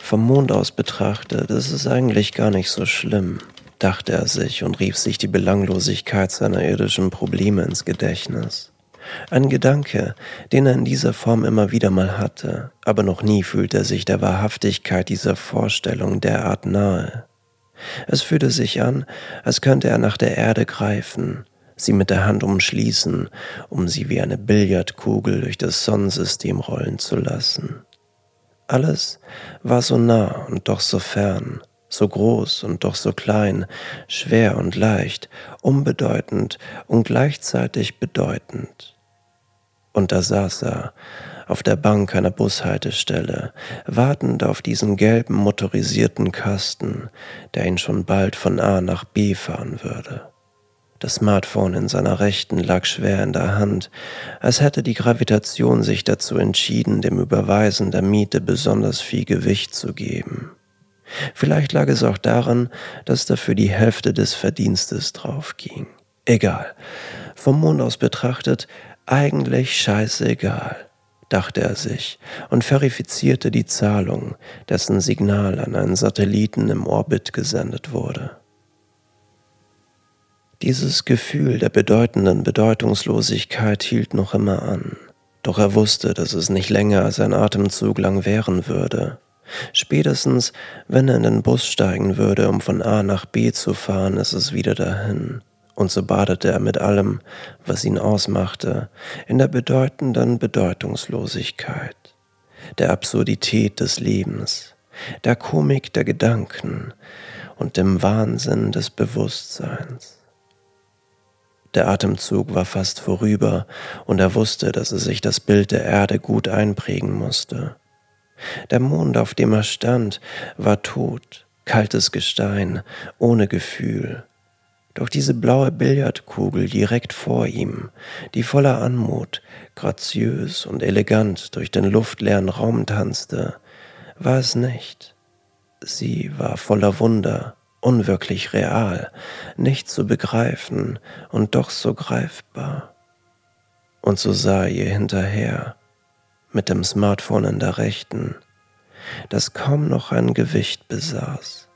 Vom Mond aus betrachtet ist es eigentlich gar nicht so schlimm, dachte er sich und rief sich die Belanglosigkeit seiner irdischen Probleme ins Gedächtnis. Ein Gedanke, den er in dieser Form immer wieder mal hatte, aber noch nie fühlte er sich der Wahrhaftigkeit dieser Vorstellung derart nahe. Es fühlte sich an, als könnte er nach der Erde greifen, sie mit der Hand umschließen, um sie wie eine Billardkugel durch das Sonnensystem rollen zu lassen. Alles war so nah und doch so fern, so groß und doch so klein, schwer und leicht, unbedeutend und gleichzeitig bedeutend. Und da saß er, auf der Bank einer Bushaltestelle, wartend auf diesen gelben motorisierten Kasten, der ihn schon bald von A nach B fahren würde. Das Smartphone in seiner Rechten lag schwer in der Hand, als hätte die Gravitation sich dazu entschieden, dem Überweisen der Miete besonders viel Gewicht zu geben. Vielleicht lag es auch daran, dass dafür die Hälfte des Verdienstes draufging. Egal. Vom Mond aus betrachtet, eigentlich scheißegal, dachte er sich und verifizierte die Zahlung, dessen Signal an einen Satelliten im Orbit gesendet wurde. Dieses Gefühl der bedeutenden Bedeutungslosigkeit hielt noch immer an, doch er wusste, dass es nicht länger als ein Atemzug lang währen würde. Spätestens, wenn er in den Bus steigen würde, um von A nach B zu fahren, ist es wieder dahin. Und so badete er mit allem, was ihn ausmachte, in der bedeutenden Bedeutungslosigkeit, der Absurdität des Lebens, der Komik der Gedanken und dem Wahnsinn des Bewusstseins. Der Atemzug war fast vorüber, und er wusste, dass er sich das Bild der Erde gut einprägen musste. Der Mond, auf dem er stand, war tot, kaltes Gestein, ohne Gefühl. Doch diese blaue Billardkugel direkt vor ihm, die voller Anmut, graziös und elegant durch den luftleeren Raum tanzte, war es nicht. Sie war voller Wunder, unwirklich real, nicht zu begreifen und doch so greifbar. Und so sah er ihr hinterher, mit dem Smartphone in der Rechten, das kaum noch ein Gewicht besaß.